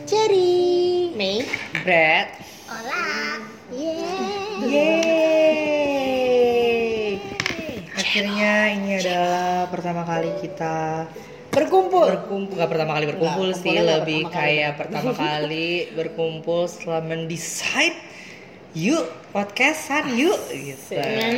Cherry, Mei, Brad. Ola, yeay. Yeay. Akhirnya ini adalah pertama kali kita Berkumpul. Nggak pertama kali berkumpul Nggak, sih, kumpulnya lebih nggak pertama kayak kali. pertama kali berkumpul setelah mendecide yuk podcastan yuk gitu.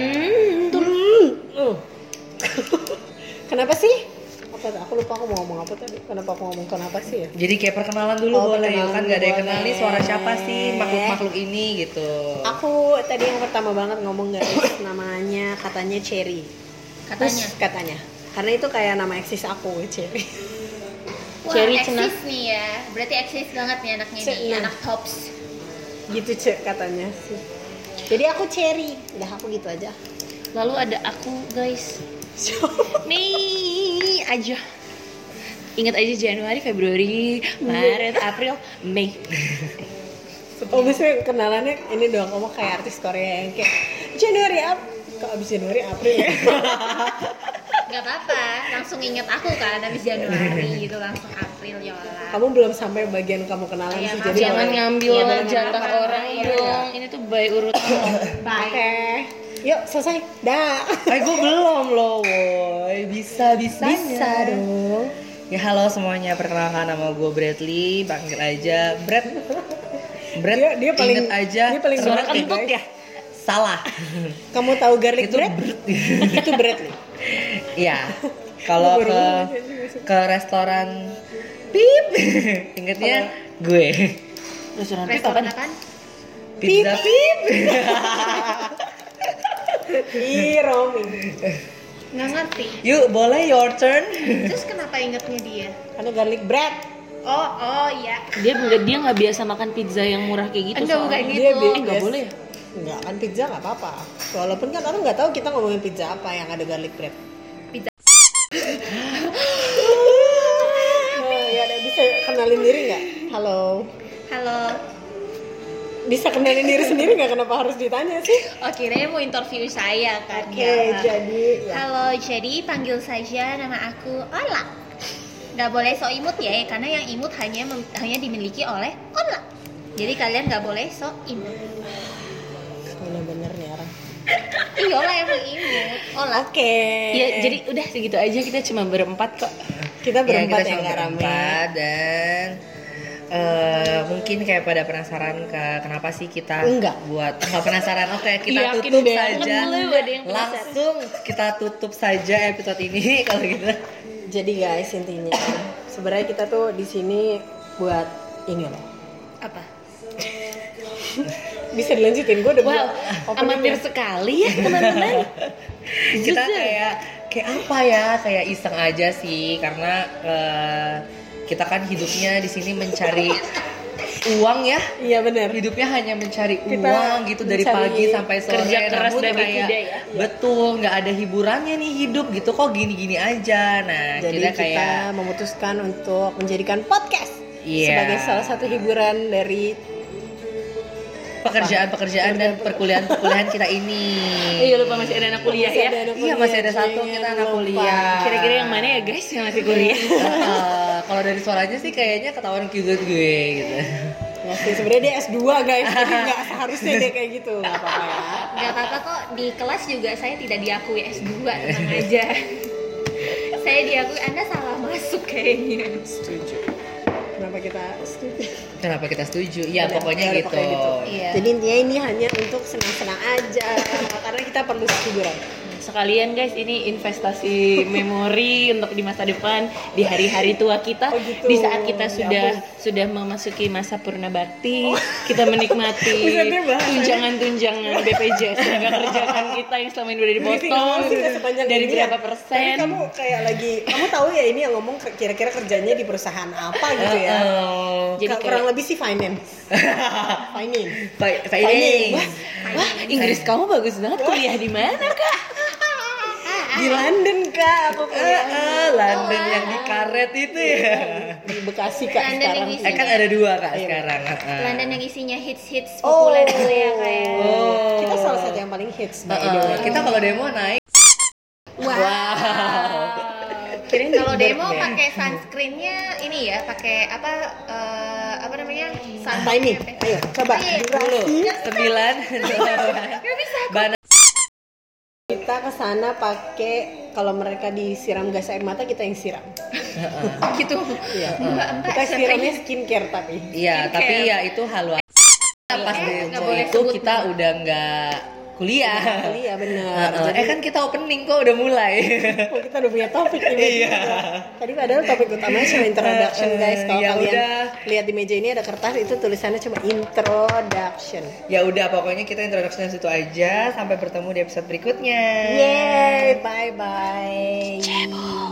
Kenapa sih? Aku lupa aku mau ngomong apa tadi. Kenapa aku ngomong kenapa sih ya? Jadi kayak perkenalan dulu boleh yuk, kan nggak ada yang kenal nih suara siapa sih makhluk-makhluk ini gitu. Aku tadi yang pertama banget ngomong guys, namanya katanya Cherry. Katanya. Karena itu kayak nama eksis aku, Cherry. wah Cherry eksis nih ya, berarti eksis banget nih anaknya nih, Nah. anak tops. Gitu katanya sih. Jadi aku Cherry. Udah aku gitu aja. lalu ada aku guys. Mei aja. Ingat aja Januari, Februari, Maret, April, Mei. Oh biasanya kenalannya ini doang, kamu kayak artis Korea yang kayak Januari kok abis Januari April ya? Gak apa-apa, langsung inget aku kan habis Januari gitu, langsung April yola. Kamu belum sampai bagian kamu kenalan Iya, sih, maaf, jadi Jangan boleh. ngambil Iya, boleh jatah ngomong. orang Iya. dong. Ini tuh by urutan. Bye. Oke, yuk selesai. Dah. Gue belum loh, woy. Bisa dong. Ya halo semuanya, perkenalkan nama gue Bradley, panggil aja Brad. Brad, Dia paling- inget aja dia paling suara berat ya, kentut guys. ya? Salah. Kamu tahu garlic Itu bread? Itu bread nih. Iya. Kalau Baru ke ngomong. ke restoran pip, ingetnya gue. Restoran Restoran apa? apaan? Pizza pip. Ih, Romi. Nggak ngerti. Yuk, boleh your turn. Terus kenapa ingetnya dia? Karena garlic bread. Oh iya. Dia nggak biasa makan pizza yang murah kayak gitu. Enggak, bukan soalnya. gitu. Dia Nggak bias- boleh ya? Enggak kan pizza nggak apa-apa. Walaupun kan orang nggak tahu kita ngomongin pizza apa yang ada garlic bread. Pizza. Ya ada bisa kenalin diri nggak? Halo. Halo. Bisa kenalin diri sendiri nggak? Kenapa harus ditanya sih? Oh kirain mau interview saya kan? Oke, Nggak. jadi ya. Halo, jadi panggil saja nama aku Ola. Nggak boleh so imut ya, karena yang imut hanya dimiliki oleh Ola. Jadi kalian nggak boleh so imut. Bener-bener nih orang. Iya Ola emang imut. Ola. Oke. Ya jadi udah segitu aja, kita cuma berempat kok. Kita berempat kita ya cuma nggak rame. berempat dan mungkin kayak pada penasaran kenapa sih kita Enggak. nggak penasaran. Oke, kita Yakin tutup banget saja. lu ada yang penasaran. Langsung kita tutup saja episode ini kalau gitu. Jadi guys intinya sebenarnya kita tuh di sini buat ini loh. Apa? Bisa dilanjutin gue udah Wow, bilang amatir openingnya. sekali ya teman-teman. Kita Jujur. kayak apa ya, kayak iseng aja sih karena kita kan hidupnya di sini mencari uang ya. Iya benar. Hidupnya hanya mencari Kita uang gitu dari mencari pagi sampai sore. kerja keras namun dan kayak tidak ya. betul nggak ada hiburannya nih hidup gitu, kok gini-gini aja. Nah Jadi kita kita kayak memutuskan untuk menjadikan podcast Iya. sebagai salah satu hiburan dari pekerjaan dan perkuliahan kita ini. Iya lupa masih ada anak kuliah Masih ya. ada anak Iya, masih ada kuliah, satu, jangan kita anak lupa. kuliah. Kira-kira yang mana ya guys yang masih kuliah? Kalau dari suaranya sih kayaknya ketahuan cute gue gitu. Ya sih sebenarnya dia S2 guys, jadi nggak seharusnya dia kayak gitu. Nggak apa-apa ya. Nggak apa-apa kok, di kelas juga saya tidak diakui S2, tenang aja. Saya diakui Anda salah masuk kayaknya. Setuju. Kenapa kita setuju? Kenapa kita setuju? Ya Udah, pokoknya udah, gitu. pokoknya gitu. Iya. Jadi intinya ini hanya untuk senang-senang aja karena kita perlu hiburan. Sekalian guys, ini investasi memori untuk di masa depan, di hari-hari tua kita, Oh, gitu. di saat kita Ya sudah memasuki masa purna bakti, kita menikmati Bisa dia bahas, tunjangan-tunjangan BPJS tenaga kerjaan kita yang selama ini udah dipotong Kamu sih nggak sepanjang dari ini berapa ya. persen. Tapi kamu kayak lagi, kamu tahu ya ini yang ngomong kira-kira kerjanya di perusahaan apa gitu ya? Jadi Kurang lebih sih finance. Finance. Finance. Wah, Inggris kamu bagus banget. Kuliah di mana kak? Di London kak, aku kuliah. London yang di karet itu ya. Di Bekasi kak London sekarang. yang isinya- Kan ada dua kak Iya. sekarang. London yang isinya hits-hits Oh, populer gitu ya kayak. Kita salah satu yang paling hits by the way. Kita kalau demo naik. Wow. Kirain Kalau di demo Bird, ya? pakai sunscreennya ini ya, pakai apa yang Timing. Ayo, coba. Dulu Durasi. 9 Bana. Kita ke sana pakai, kalau mereka disiram gas air mata, kita yang siram. gitu. Iya. Mbak Kita siramnya skincare tapi. Iya, tapi ya itu haluan. Pas nggak demo boleh itu sebut kita udah nggak kuliah. Iya benar. Kan kita opening kok udah mulai. Oh, kita udah punya topik nih. Iya. Tadi padahal topik utamanya cuma introduction guys. Kalau Ya kalian udah. lihat di meja ini ada kertas, itu tulisannya cuma introduction. Ya udah, pokoknya kita introduction situ aja. Sampai bertemu di episode berikutnya. Yeay, bye bye.